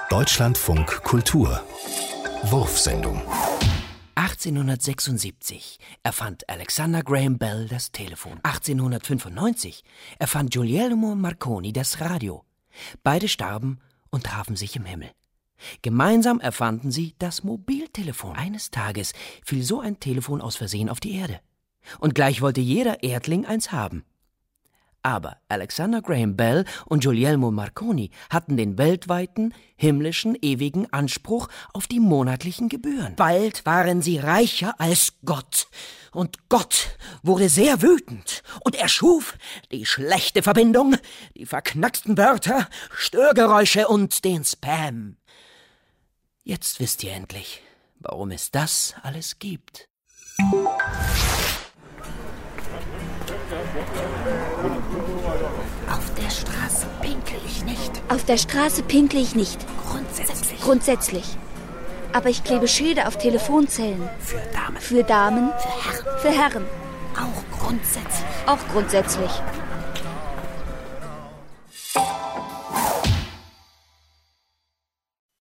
Deutschlandfunk Kultur Wurfsendung. 1876 erfand Alexander Graham Bell das Telefon. 1895 erfand Guglielmo Marconi das Radio. Beide starben und trafen sich im Himmel. Gemeinsam erfanden sie das Mobiltelefon. Eines Tages fiel so ein Telefon aus Versehen auf die Erde. Und gleich wollte jeder Erdling eins haben. Aber Alexander Graham Bell und Guglielmo Marconi hatten den weltweiten, himmlischen, ewigen Anspruch auf die monatlichen Gebühren. Bald waren sie reicher als Gott. Und Gott wurde sehr wütend und erschuf die schlechte Verbindung, die verknacksten Wörter, Störgeräusche und den Spam. Jetzt wisst ihr endlich, warum es das alles gibt. Auf der Straße pinkle ich nicht. Auf der Straße pinkle ich nicht. Grundsätzlich. Aber ich klebe Schilder auf Telefonzellen. Für Damen. Für Damen. Für Herren. Für Herren. Auch grundsätzlich. Auch grundsätzlich.